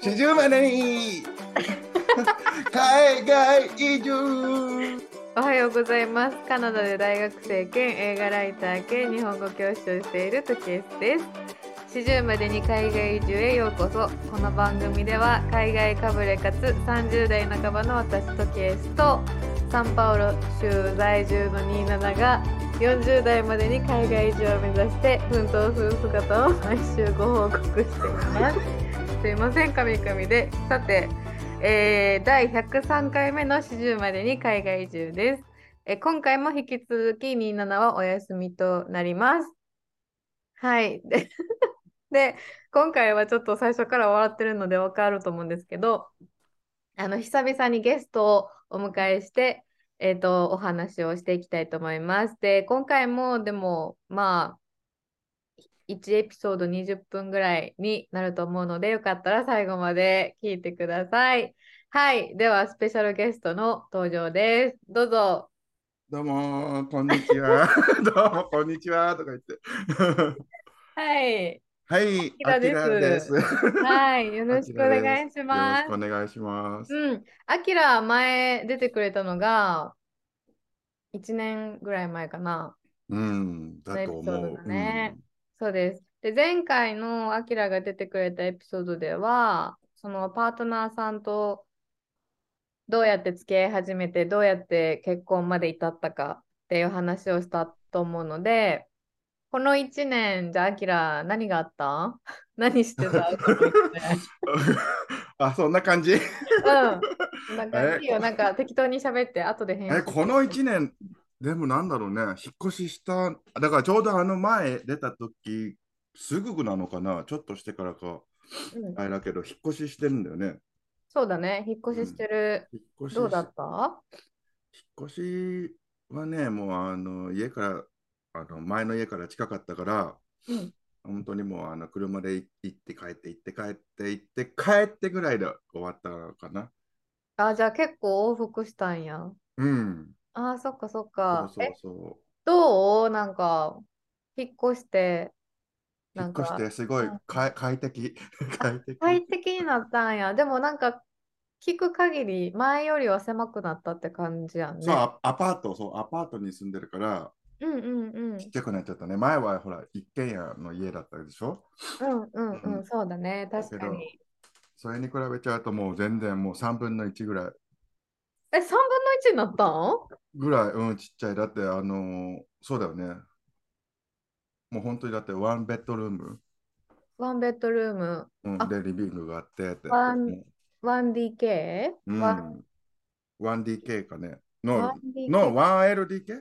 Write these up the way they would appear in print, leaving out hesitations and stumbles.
40までに海外移住。 おはようございます。カナダで大学生兼映画ライター兼日本語教師をしているトキエスです。40までに海外移住へようこそ。この番組では海外かぶれかつ30代半ばの私トキエスとサンパウロ州在住のニーナナが40代までに海外移住を目指して奮闘する姿を毎週ご報告しています。すいません、カミカミで。さて、第103回目の40までに海外移住です。今回も引き続き27はお休みとなります。はい。で、今回はちょっと最初から笑ってるのでわかると思うんですけど、久々にゲストをお迎えして、お話をしていきたいと思います。で、今回もでも、まあ、1エピソード20分ぐらいになると思うので、よかったら最後まで聞いてください。はい。では、スペシャルゲストの登場です。どうぞ。 どうもこんにちは。どうもこんにちはとか言って。 はい。 はい、あきあきらでらです。 す。はい。よあろしくおきらです。 願いしよろします。 くお願いします。 うん。あきら、前出てくれたのが、1年ぐらい前かな。 うん、だのエと思う。 ピソードだうね。 ん。 そうです。で、前回のアキラが出てくれたエピソードでは、そのパートナーさんとどうやって付き合い始めて、どうやって結婚まで至ったかっていう話をしたと思うので、この1年、じゃあ、アキラ、何があった何してたこの1年。 あ、そんな感じ。 うん。なんか、いえ、 いよ。なんか、適当に喋って、後で編集このする。 1年、でもなんだろうね、引っ越しした、だからちょうどあの前出た時、すぐなのかな、ちょっとしてからか、 うん。 あれだけど、引っ越ししてるんだよね。 そうだね。引っ越ししうん。 てる。 引っ越しし、 どうだった？ 引っ越しはね、もう家から、前の家から近かったから、 うん。 本当にもう車で行って帰って行って帰って行って帰ってぐらいで終わったかな。 あ、じゃあ結構往復したんや。 うん。 ああ、そっかそっそうか。 そうそどうなんか、引っ越して、 う。引っ越しなんか、 てすごいうん、 快適。 あ、 快適。 快適になったんや。でもなんか、聞く限り、前よりは狭くなったって感じやんそう、 ね。 アパートに住んでるから、 うんうんうん。 ちっちゃくなっちゃったね。前はほら、一軒家の家だったでしょ。 うんうんうん、 うん。 そうだね。 だけど、 確かに。 それに比べちゃうともう全然もう3分の1ぐらい、 え、3分の1になったん？ うん、ちっちゃい。だって、そうだよね。もう本当にだってワンベッドルーム、 ワンベッドルーム。 うん、 あ、 で、リビングがあってって、 ワン、 も 1DK？ う、うワん、1DK かね。 ン、1DK？ 1LDK？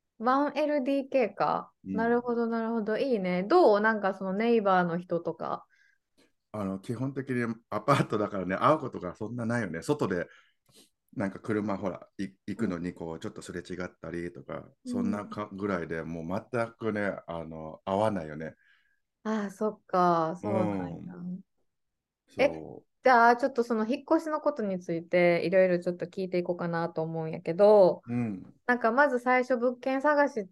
1LDK か。 うん。 なるほど、なるほど。いいね。どうなんかそのネイバーの人とか。 基本的にアパートだからね、会うことがそんなないよね。外でなんか車ほら行くのにこうちょっとすれ違ったりとか、そんうん、 なかぐらいでもう全くね、合わないよね。 ああ、そっか、 うそうなんん。 や。え、 そじゃあ、ちょっとその引っ越しのことについて、いろいろちょっと聞いていこうかなと思うんやけど、 う。うん。 なんかまず最初物件探しって、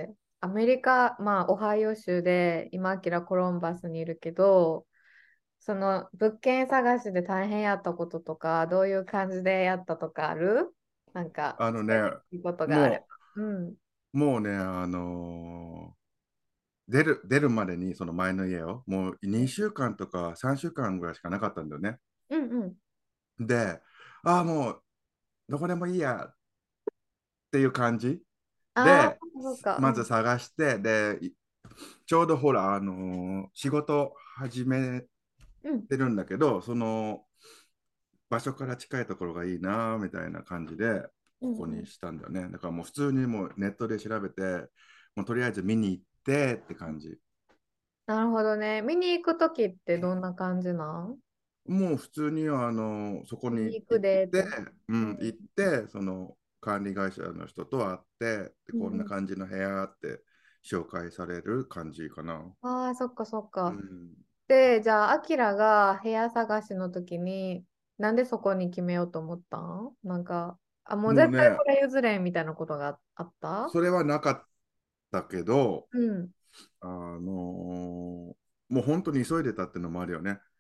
アメリカ、まあ、オハイオ州で、今、アキラコロンバスにいるけど、その物件探しで大変やったこととか、どういう感じでやったとかある？なんか、 あのね、 伝えていいことがあれもば。うん。 もうね、出るまでにその前の家をもう2週間とか3週間ぐらいしかなかったんだよね。 うんうん。 で、ああ、もうどこでもいいやっていう感じああ、 で、 そうか。うん。 まず探して、で、ちょうどほら、仕事始めうん。 てるんだけど、その場所から近いところがいいなみたいな感じで、ここにうんうん。 したんだよね。だからもう普通にもうネットで調べて、もうとりあえず見に行ってって感じ。 なるほどね。見に行くときってどんな感じなん？ もう普通にそこに見に行く行って、 でって。 うん、 うん。 行って、その管理会社の人と会って、でこんなうんうん。 感じの部屋って紹介される感じかな。 ああ、そっかそっか。 うん。 で、じゃあ、アキラが部屋探しの時に、なんでそこに決めようと思ったん？なんか、あ、もう絶対もうね、 これ譲れんみたいなことがあった？ それはなかったけど、 うん。 もう本当に急いでたっていうのもあるよね。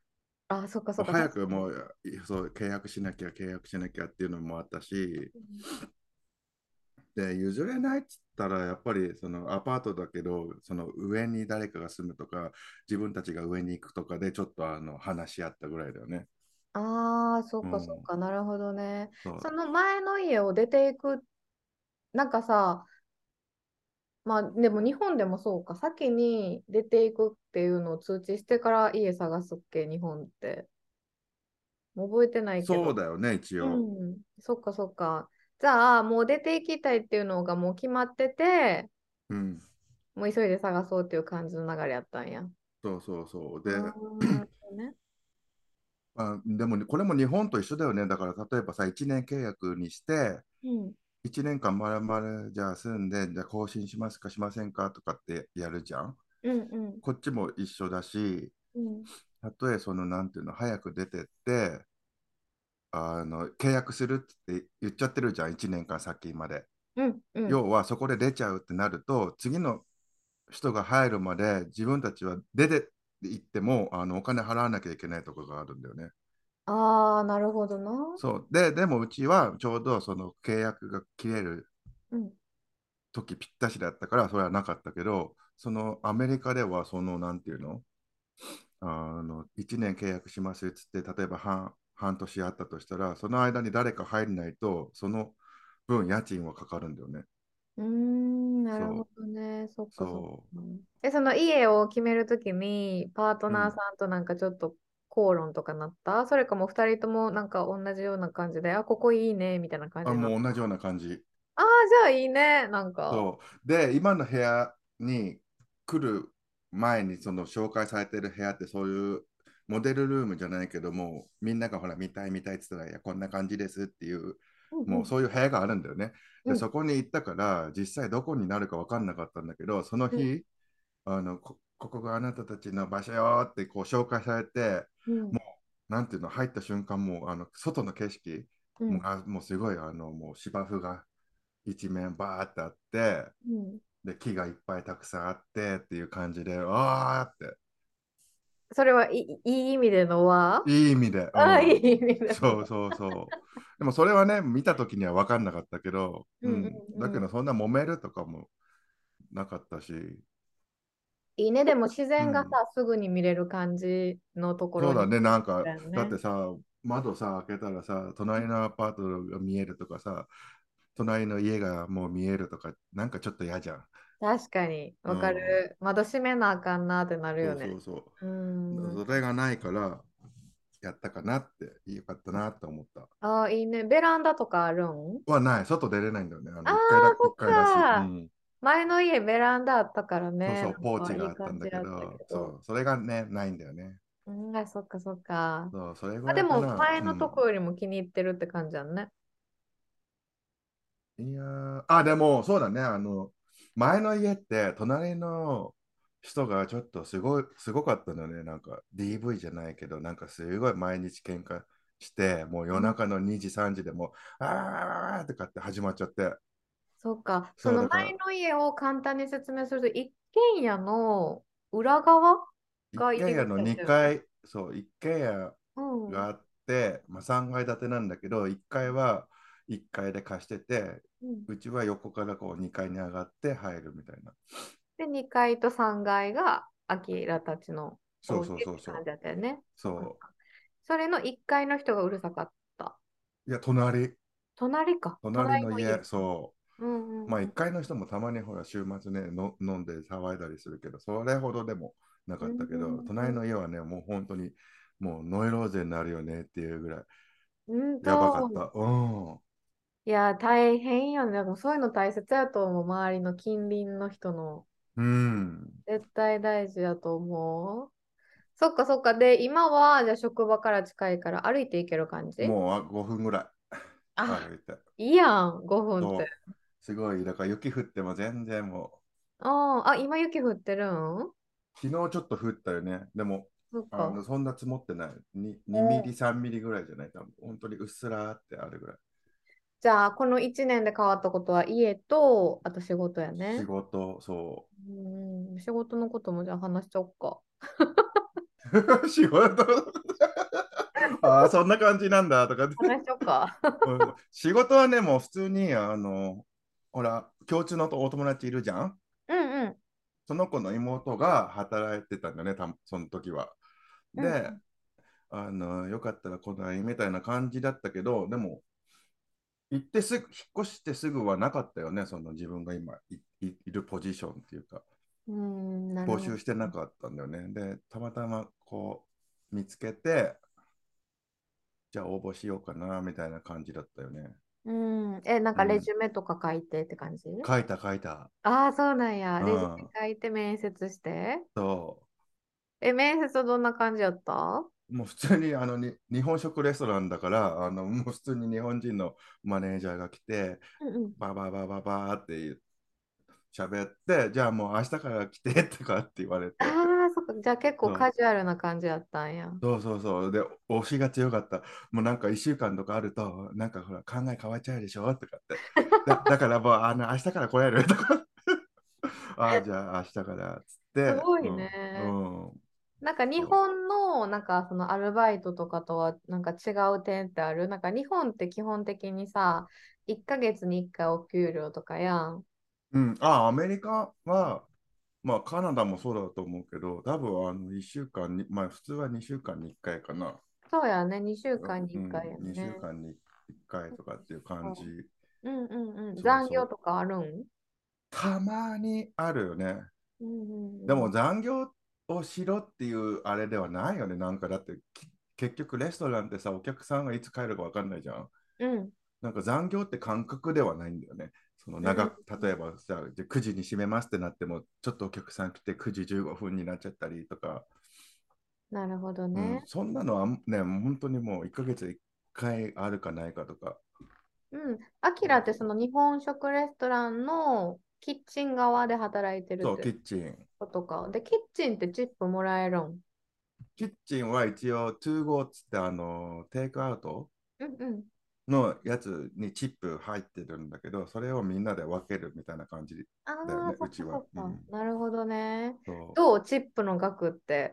あ、そっかそっか、 早確かに。 くもうそう契約しなきゃ契約しなきゃっていうのもあったし、 うん。 で譲れないっつったらやっぱりそのアパートだけどその上に誰かが住むとか自分たちが上に行くとかでちょっと話し合ったぐらいだよね。 ああ、そっかそっうん、 か、なるほどね。そそうの前の家を出ていく、なんかさ、まあでも日本でもそうか、先に出ていくっていうのを通知してから家探すっけ、日本って。覚えてないけど。 そうだよね一う応。 ん、そっかそっか。じゃあ、もう出ていきたいっていうのがもう決まってて、 うん、 もう急いで探そうっていう感じの流れやったんや。 そうそうそうあで、 あ、なるほどね。 でもねこれも日本と一緒だよね。だから例えばさ1年契約にしてうん、 1年間まるまるじゃあ住んでじゃあ更新しますかしませんかとかってやるじゃん。 うん、うん、 こっちも一緒だし、 うん、 たとえそのなんていうの早く出てって契約するって言っちゃってるじゃん、1年間先まで。 うん、うん。 要はそこで出ちゃうってなると、次の人が入るまで自分たちは出て行ってもお金払わなきゃいけないところがあるんだよね。 ああ、なるほどな。 そうでもうちはちょうどその契約が切れるうん。 時ぴったしだったからそれはなかったけど、そのアメリカではそのなんていうの1年契約しますっつって例えば半年あったとしたらその間に誰か入らないとその分家賃はかかるんだよね。 うーん、なるほそどね。そっかそっか。 そその家を決めるときに、パートう。うん。 ナーさんとなんかちょっと口論とかなった？それかもう二人ともなんか同じような感じで、あ、ここいいね、みたいな感じになった？ もう同じような感じ。 ああ、じゃあいいね。なんか。 そう。で、今の部屋に来る前にその紹介されてる部屋ってそういうモデルルームじゃないけども、みんながほら見たい見たいって言ったら、いや、こんな感じですっていう、 うんうん。 もうそういう部屋があるんだよね。で、 うん。 そこに行ったから、実際どこになるか分かんなかったんだけど、そのうん。 日、ここがあなたたちの場所よってこう紹介されて、 うん。 もう、なんていうの、入った瞬間、もう外の景色、 うん。 もうすごいもう芝生が一面バーってあって、 うん。 で、木がいっぱいたくさんあってっていう感じで、わーって、 それはいい意味でのは？ いい意味で、うああ、いいん。 意味でのは。 そうそうそう。でもそれはね、見た時には分かんなかったけど、 うんううん。だんうん。 けどそんな揉めるとかもなかったし、 いいね。でも自然がさ、 うん。 すぐに見れる感じのところにそうだね、なんか、 だよね。 だってさ、窓さ、開けたらさ、隣のアパートが見えるとかさ、隣の家がもう見えるとか、なんかちょっと嫌じゃん。 確かに、 うわかん。 る。窓閉めなあかんなってなるそうよね。 そうそうーう。 ん。 それがないから、やったかなって、よかったなって思った。 ああ、いいね。ベランダとかあるん？ はない、外出れないんだよね。 ああー、そ 1 っ階だし。うか。 ん。 前の家ベランダあったからね。 そうそう、ポーなんかいいチがあったんだ感じやったけど、 けど。 そう、それがね、ないんだよね。 うん、あ、そっかそっか。 そう、それぐあ、でらいかな。 も前うん。 のとこよりも気に入ってるって感じやんね。 いやでも、そうだね。前の家って、隣の人がちょっとすごかったのね。なんか、DV じゃないけど、なんかすごい毎日喧嘩して、もう夜中の2時、3時でもう、あーとかって始まっちゃって。 そっか。そそう、 の前だから、 の家を簡単に説明すると、一軒家の裏側一が入り軒家の口やったよね。 2階、そう、一軒家うん。うんがあって、まあ、3階建てなんだけど、1階は1階で貸してて、 うん。 うちは横からこう2階に上がって入るみたいな。 で、2階と3階がアキラたちのお家っそうそうそうて感じそう。 だったよね。そっかそっそか。それの1階の人がうるさかった。 う。いや、 隣か。隣隣の家、 の家か。 そうんうう。まあ、 んうん。 1階の人もたまにほら、週末ね、飲んで騒いだりするけど、それほどでもなうかったけど、 ん。 隣の家はね、もう本当に、もうノイローゼになるよねっていうぐらい、 うんやばかっと、 た。うん。 いや、大変よね。でもそういうの大切やと思う。周りの近隣の人の。 うん。 絶対大事やと思う。そっかそっか。で、今は、じゃあ職場から近いから歩いて行ける感じ？ もう5分ぐらいあ、 歩いて。 いいやん、5分って。 そう。すごい、だから雪降っても全然もあ、今雪降ってるん？ 昨日ちょっと降ったよね。でも、 そっか。 そんな積もってない。2ミリ、 うん。 3ミリぐらいじゃない。多分本当にうっすらーってあるぐらい。 じゃあ、この1年で変わったことは家と、あと仕事やね。 仕事、そうん、仕事のこともじゃあ話しちゃおっか。 う。仕事ああ、そんな感じなんだとかって。 話しようか。 うん仕事はね、もう普通に、ほら、共通のお友達いるじゃん。 うんうん。 その子の妹が働いてたんだね、その時は。で、 うんよかったら来ないみたいな感じだったけど、でも、行ってすぐ、引っ越してすぐはなかったよね、その自分が今いるポジションっていうか、 うん。なる募ほど。 集してなかったんだよね。で、たまたまこう見つけて、じゃあ応募しようかなみたいな感じだったよね。 うん。なんかレうん。 ジュメとか書いてって感じ？ 書いた書いた。 ああー、そうなんや。レジュメうん。 書いて面接して。 そ面接はどんな感じやった？ もう普通に日本食レストランだからもう普通に日本人のマネージャーが来てうんうん。 バババババーって喋ってじゃあもう明日から来てとかって言われあてあ、そっか。じゃあ結構そうカジュアルな感じやったんや。 そうそうそうで推しが強かったもうなんか1週間とかあるとなんかほら考え変わっちゃうでしょとかってだからもう明日から来れるとかああじゃあ明日からっつってすごいね。 うんうんなんか日そう本のなんかそのアルバイトとかとはなんか違う点ってある？なんか日本って基本的にさ、1ヶ月に1回お給料とかやん。 うん、あ、アメリカは、まあカナダもそうだと思うけど、多分1週間に、まあ普通は2週間に1回かな。 そうやね、2週間に1回うん、2週やね。 間に1回とかっていう感じ。 うんうんうん。 そうそう。 残業とかあるん？ たまにあるよね。 うんうんうん。 でも残業をしろっていうあれではないよね。なんかだって結局レストランってさ、お客さんがいつ帰るか分かんないじゃん。 うんなんか残業って感覚ではないんだよね。そのうん例えばさ、じゃあ9時に閉めますってなっても、ちょっとお客さん来て9時15分になっちゃったりとか、 なるほどうん、 ね。 そんなのはね、本当にもう1ヶ月1回あるかないかとか。 うん。アキラってその日本食レストランのキッチン側で働いてるっそう、キてッチン。 ことか。で、キッチンってチップもらえるん？ キッチンは一応、トゥーゴーっつって、テイクアウトうんうん。 のやつにチップ入ってるんだけど、それをみんなで分けるみたいな感じああ、 だよね、 そっかうちは。 そっか。 うん。 なるほどね。 そどうチップの額って、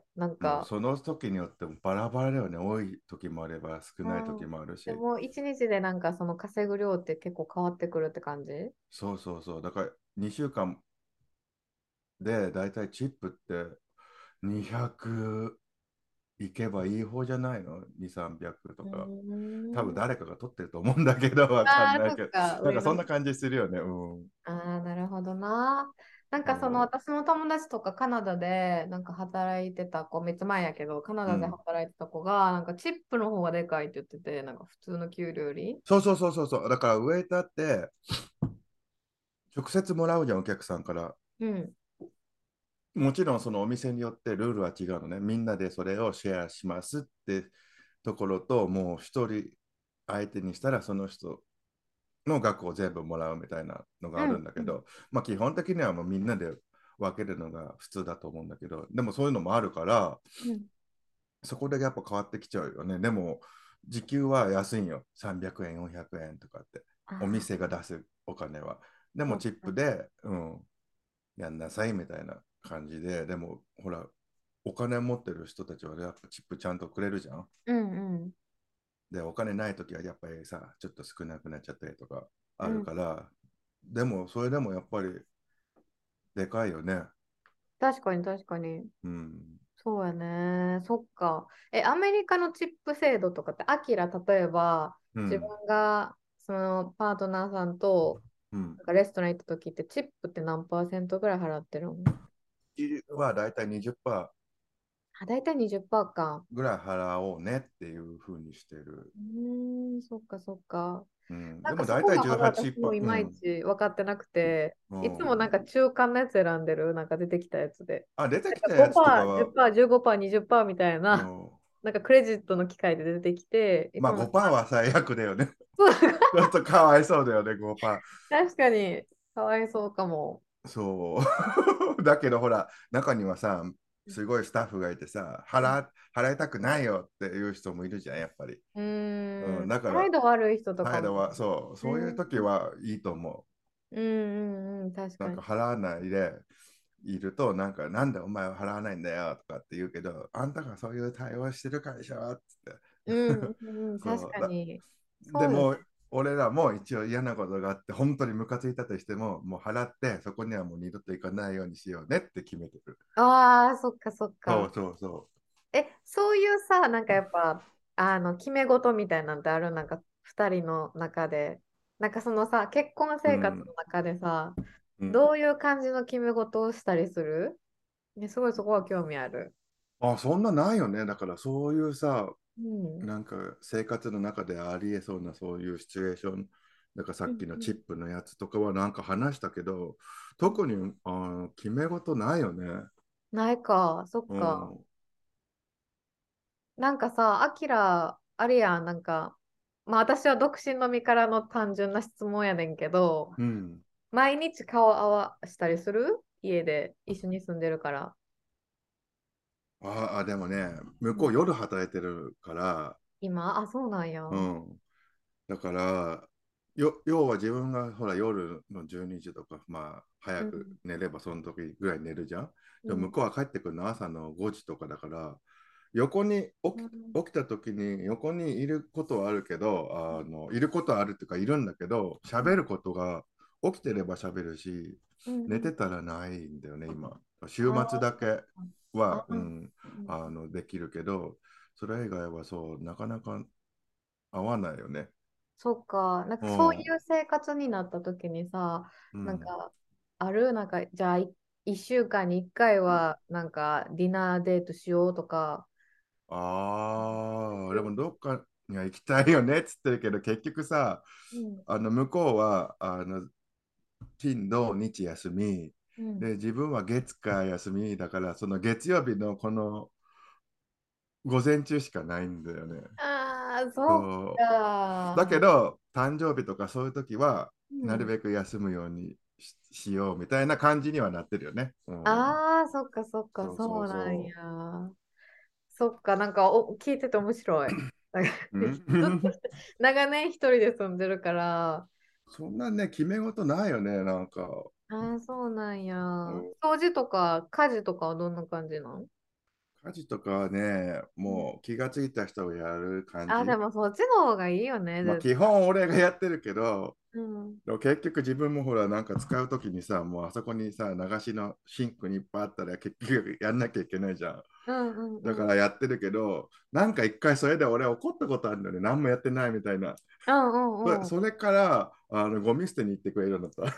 なんもうか、 その時によってもバラバラだよね。多い時もあれば少うない時ん。 もあるし。 でも、一日でなんかその稼ぐ量って結構変わってくるって感じ？ そうそうそう。だから2週間でだいたいチップって200いけばいい方じゃないの？ 2、300とうーか。多分ん。 誰かが取ってると思うんだけど、わかんああ、 ないけど。 そっか、 なんか上の。 そんな感じするよね。うん。 ああ、なるほどな。なんかそのそ私の友達とかカナダでなんか働いてた子、めっちゃ前やけど、カナう。うダでん。 働いてた子が、なんかチップの方がでかいって言ってて、なんか普通の給料より。 そうそうそうそうそう。だからウェイターって直接もらうじゃん、お客さんから。 うん。 もちろんそのお店によってルールは違うのね。みんなでそれをシェアしますってところと、もう一人相手にしたらその人の額を全部もらうみたいなのがあるうん。うん。 んだけど、まあ基本的にはもうみんなで分けるのが普通だと思うんだけど、でもそういうのもあるから、 うん。 そこでやっぱ変わってきちゃうよね。でも時給は安いんよ。300円、400円とかって。おああ、 店が出すお金は。でもチッそうか。 プで、やんなさいみたいな感じで、でもほら、お金持ってる人たちはやっぱチップちゃんとくれるじゃん。 うんうん。 で、お金ないときはやっぱりさ、ちょっと少なくなっちゃったりとかあるうん。 から、でもそれでもやっぱりでかいよね。 確かに確かに。 うん。 そうやね。そっか。アメリカのチップ制度とかって、アキラ、例えば、自うん。 分が、そのパートナーさんと、 うん。 なんかレストラン行った時って、チップって何パーセントぐらい払ってるの？ はだいたい20% あ、だいたい20%か。 ぐらい払おうねっていうふうにしてる。 そっかそっか。 うん。 なんかでも大体そこがまだ私も 18%。 いまいうん。 ち分かってなくて、 うん。 いつもなんか中間のやつ選んでる、なんか出てきたやつで。 あ、出てなんかきたやつとか 5%、 は、 10%、15%、20%みたいな、 うん。 なんかクレジットの機械で出てきて、いつまあもなんか、 5%は最悪だよね。 そうちょっとかわいそうだよね、5%。 確かに、かわいそうかも。 そう。だけどほら、中にはさ、すごいスタッフがいてさ、払いたくないよっていう人もいるじゃん、やっぱり。うん、だから、 態度悪い人とかも。 態度は、そう、そういう時はいいと思確う。なんかに。 か払わないでいると、なんか、なんでお前は払わないんだよとかって言うけど、あんたがそういう対応してる会社はっつって。 うんうんうん、確そうだ。 かに。そうよね。 でも、俺らも一応嫌なことがあって、本当にムカついたとしても、もう払って、そこにはもう二度と行かないようにしようねって決めてる。 ああ、そっかそっか。 そうそうそそういうさ、なんかやっぱ、決め事みたいなんてある、なんか、二人の中で。なんかそのさ、結婚う。う生活のん。 中でさ、 うん。 どういう感じの決め事をしたりする？ね、すごいそこは興味ある。 あ、そんなないよね。だからそういうさ、 うん。うんなんか生活の中でありえそうなそういうシチュエーション、だからさうんっきのチップのやつとかはなんか話したけど、特に決め事ないよね。 ないか、そっうか。 ん。 なんかさ、アキラ、あれやん、なんか、まあ私は独身の身からの単純な質問やねんけど、 うん。 毎日顔合わしたりする？家で一緒に住んでるから。 でもね、向こうん。 う夜働いてるから、 今、あ、そうなんや。ううん。だから、要は自分がほら夜の12時とか、まあ早くん。 寝ればその時ぐらい寝るじゃん。でも向うん。 こうは帰ってくるの朝の5時とかだから、横にうん。 起きた時に横にいることはあるけど、いることはあるっていうかいるんだけど、喋ることが起きてれば喋るし、 うん。うん。 寝てたらないんだよね、今。週あ末だけあ、 は、 うん。うん。 できるけど、それ以外はそう、なかなか合わないよね。 そっか。なんかそういうん。 う生活になった時にさ、 うん。 なんか、なんか、じゃあ、一週間に一回は、なんか、ディナーデートしようとか。 でもどっかには行きたいよねっつってるけど、結局さ、 うん。 向こうは、金、土、日休み、 うん。 で、自分は月火休みだから、その月曜日のこの午前中しかないんだよね。 ああ、そっそう。だけか。 ど、誕生日とかそういう時は、なるうん。 べく休むようにしようみたいな感じにはなってるよね。うん。 ああ、そっかそっか、 そうそそうなんうそや。そっか、なんか聞いてて面白い。なんかう。うずっとん。 長年一人で住んでるから、 そんなね、決め事ないよね、なんか。 ああ、そうなんや。 うん。 掃除とか家事とかはどんな感じなん？ 家事とかはね、 うん。 もう気がついた人がやる感あ、でじ。 もそっちの方がいいよね、 まあ、 絶基本俺がやってるけど、 対。うん。 でも結局自分もほら、なんか使うときにさ、もうあそこにさ、流しのシンクにいっぱいあったら結局やんなきゃいけないじゃん。 うんうんだかうん。 らやってるけど、なんか一回それで俺怒ったことあるんだよね。何もやってないみたいな。 うんうんうん。 それからゴミ捨てに行ってくれるようになった。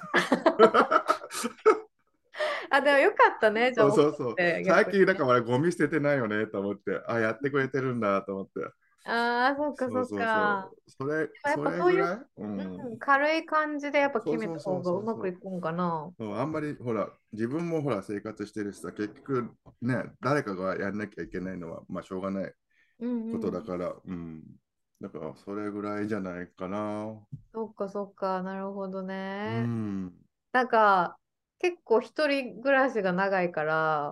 あ、でもよかったね、じゃあそう怒そうそう。 って逆にね。 最近だから俺ゴミ捨ててないよねと思って、やってくれてるんだと思って。 ああ、そっかそっそうそうか。 そう。そやっぱそういう、 れぐらい。うん。 うん、軽い感じでやっぱ決めたそうそうそ方がうまうそうそう。 くいくんかな。 あんまりほら、自分もほら生活してるしさ、結局ね、誰かがやんなきゃいけないのは、まあしょうがないこうんうん。 とだから、うん。だからそれぐらいじゃないかな。 そっかそっか、なるほどうね。 ん。 なんか、結構一人暮らしが長いから、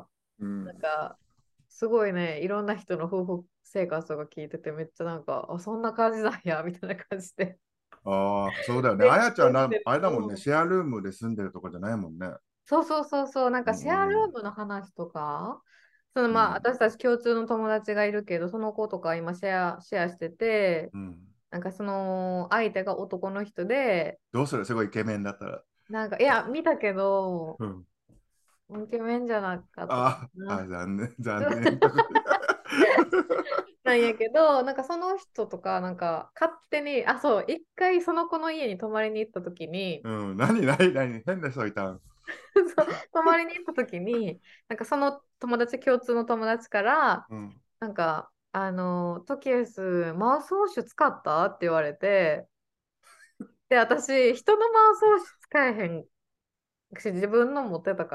うん。 なんか、すごいね、いろんな人の夫婦生活とか聞いてて、めっちゃなんか、あ、そんな感じなんや、みたいな感じで。 ああ、そうだよね。あ勉やちゃんな、 強してる。 あれだもんね、 うん。 シェアルームで住んでるとかじゃないもんね。 そうそうそうそう、なんうかシェアルんうん。 ームの話とか、そのまあ、 うん。 私たち共通の友達がいるけど、その子とか今シェアしてて、 うん。 なんかその相手が男の人で、 どうするすごいイケメンだったら。 なんか、いや、見たけど、 うん。 イケメンじゃなかったかな。 残念、残念とか。 なんやけど、なんかその人とか、なんか勝手に、あ、そう、一回その子の家に泊まりに行った時に、 うん、何変な人いたん。 そう泊まりに行った時に、なんかその友達、共通の友達から、 うん。 なんか、トキエス、マウスウォッシュ使ったって言われて、で、私、人のマウスウォッシュ使えへんし、自分の持ってたから、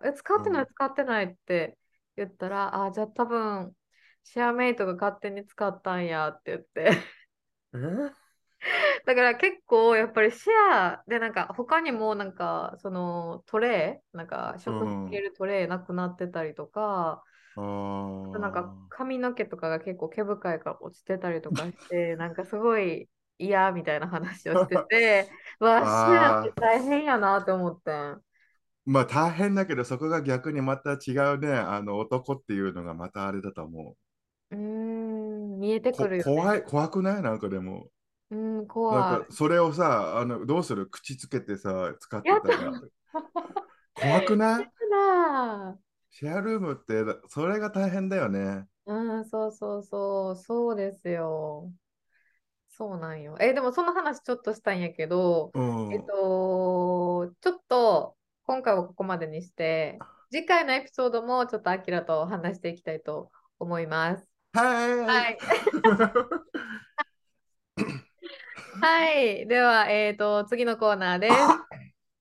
使ってない、 うん。 使ってないって言ったら、じゃあ多分、シェアメイトが勝手に使ったんやって言って。 えだから結構、やっぱりシェアで、なんか他にも、なんか、そのトレー、なんかう食品入れん。 るトレーなくなってたりとか、 ああとなんかー髪の毛とかが結構毛深いから落ちてたりとかして、なんかすごい嫌みたいな話をしてて、わあ、シェアってあ大変やなって思ってん。 まあ大変だけど、そこが逆にまた違うね、男っていうのがまたあれだと思うー見えてくるよね。 怖くないなんかでも。 うん、 なん怖い。 かそれをさ、どうする口つけてさ、使っやったてたら。怖くない？ な。 シェアルームって、それが大変だよね。 うん、そうそうそう、そうですよ。そうなんよ。でもその話ちょっとしたんやけど、 うん。 ちょっと今回はここまでにして、次回のエピソードもちょっとアキラと話していきたいと思います。 はい。 はい。はい。では、次のコーナーです。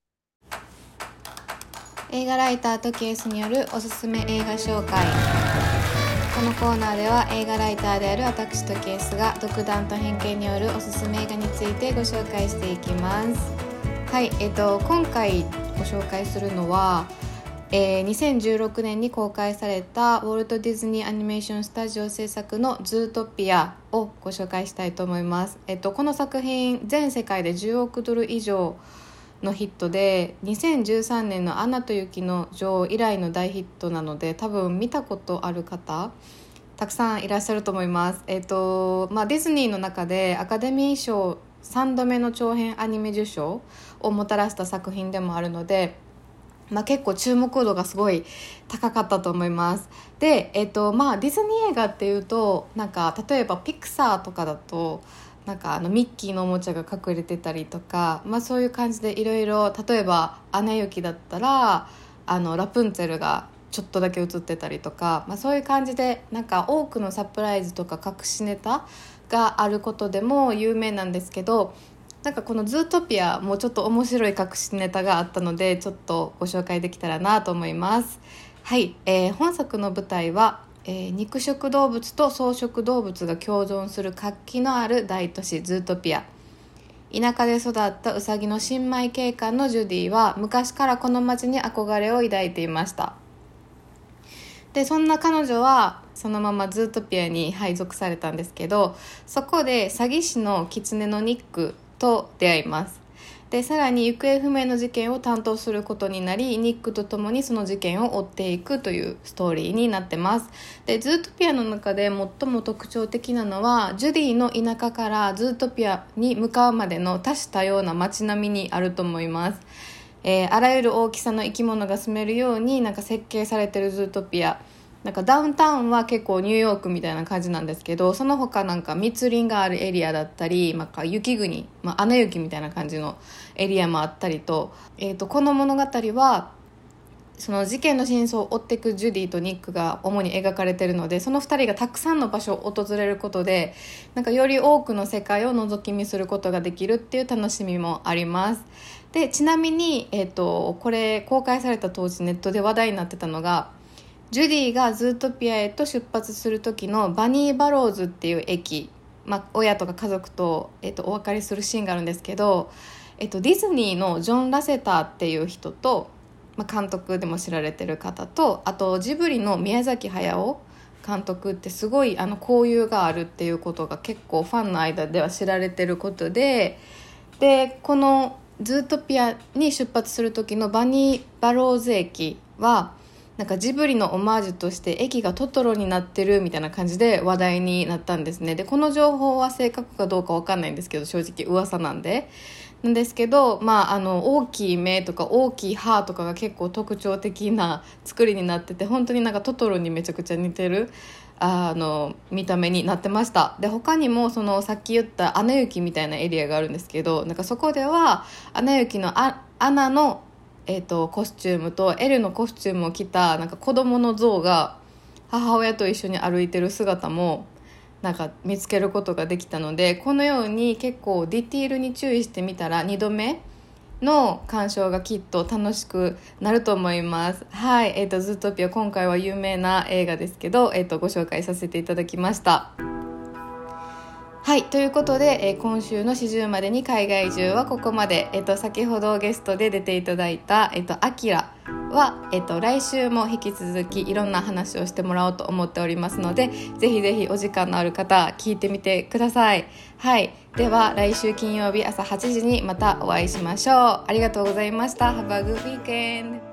映画ライターとケースによるおすすめ映画紹介。このコーナーでは映画ライターである私とケースが独断と偏見によるおすすめ映画についてご紹介していきます。はい、今回ご紹介するのは、2016年に公開されたウォルト・ディズニーアニメーションスタジオ制作のズートピアをご紹介したいと思います。この作品全世界で10億ドル以上のヒットで、2013年のアナと雪の女王以来の大ヒットなので、多分見たことある方たくさんいらっしゃると思います。ディズニーの中でアカデミー賞3度目の長編アニメ受賞をもたらした作品でもあるので、結構注目度がすごい高かったと思います。で、ディズニー映画っていうと、なんか例えばピクサーとかだと、なんかミッキーのおもちゃが隠れてたりとか、そういう感じでいろいろ、例えばアナ雪だったらラプンツェルがちょっとだけ映ってたりとか、そういう感じでなんか多くのサプライズとか隠しネタがあることでも有名なんですけど、なんかこのズートピアもちょっと面白い隠しネタがあったので、ちょっとご紹介できたらなと思います。はい、本作の舞台は、肉食動物と草食動物が共存する活気のある大都市ズートピア。田舎で育ったウサギの新米警官のジュディは昔からこの町に憧れを抱いていました。でそんな彼女はそのままズートピアに配属されたんですけど、そこで詐欺師の狐のニックと出会います。でさらに行方不明の事件を担当することになり、ニックと共にその事件を追っていくというストーリーになってます。でズートピアの中で最も特徴的なのは、ジュディの田舎からズートピアに向かうまでの多種多様な街並みにあると思います。あらゆる大きさの生き物が住めるようになんか設計されてるズートピア。なんかダウンタウンは結構ニューヨークみたいな感じなんですけど、その他なんか密林があるエリアだったり、雪国、アナ雪みたいな感じのエリアもあったりと、この物語はその事件の真相を追っていくジュディとニックが主に描かれているので、その2人がたくさんの場所を訪れることで、なんかより多くの世界を覗き見することができるっていう楽しみもあります。でちなみに、これ公開された当時ネットで話題になってたのが、ジュディがズートピアへと出発する時のバニーバローズっていう駅、親とか家族と、お別れするシーンがあるんですけど、ディズニーのジョン・ラセターっていう人と、監督でも知られてる方と、あとジブリの宮崎駿監督ってすごい交友があるっていうことが結構ファンの間では知られてることで、このズートピアに出発する時のバニーバローズ駅はなんかジブリのオマージュとして駅がトトロになってるみたいな感じで話題になったんですね。でこの情報は正確かどうか分かんないんですけど、正直噂なんですけど、大きい目とか大きい歯とかが結構特徴的な作りになってて、本当になんかトトロにめちゃくちゃ似てる見た目になってました。で他にもそのさっき言ったアナ雪みたいなエリアがあるんですけど、なんかそこではアナ雪のアナのコスチュームとエルのコスチュームを着たなんか子供の像が母親と一緒に歩いてる姿もなんか見つけることができたので、このように結構ディティールに注意してみたら2度目の鑑賞がきっと楽しくなると思います。はい、ズートピア今回は有名な映画ですけど、ご紹介させていただきました。はい、ということで、今週の始終までに海外中はここまで。先ほどゲストで出ていただいた、アキラは、来週も引き続きいろんな話をしてもらおうと思っておりますので、ぜひぜひお時間のある方聞いてみてください。はい、では来週金曜日朝8時にまたお会いしましょう。ありがとうございました。Have a good weekend!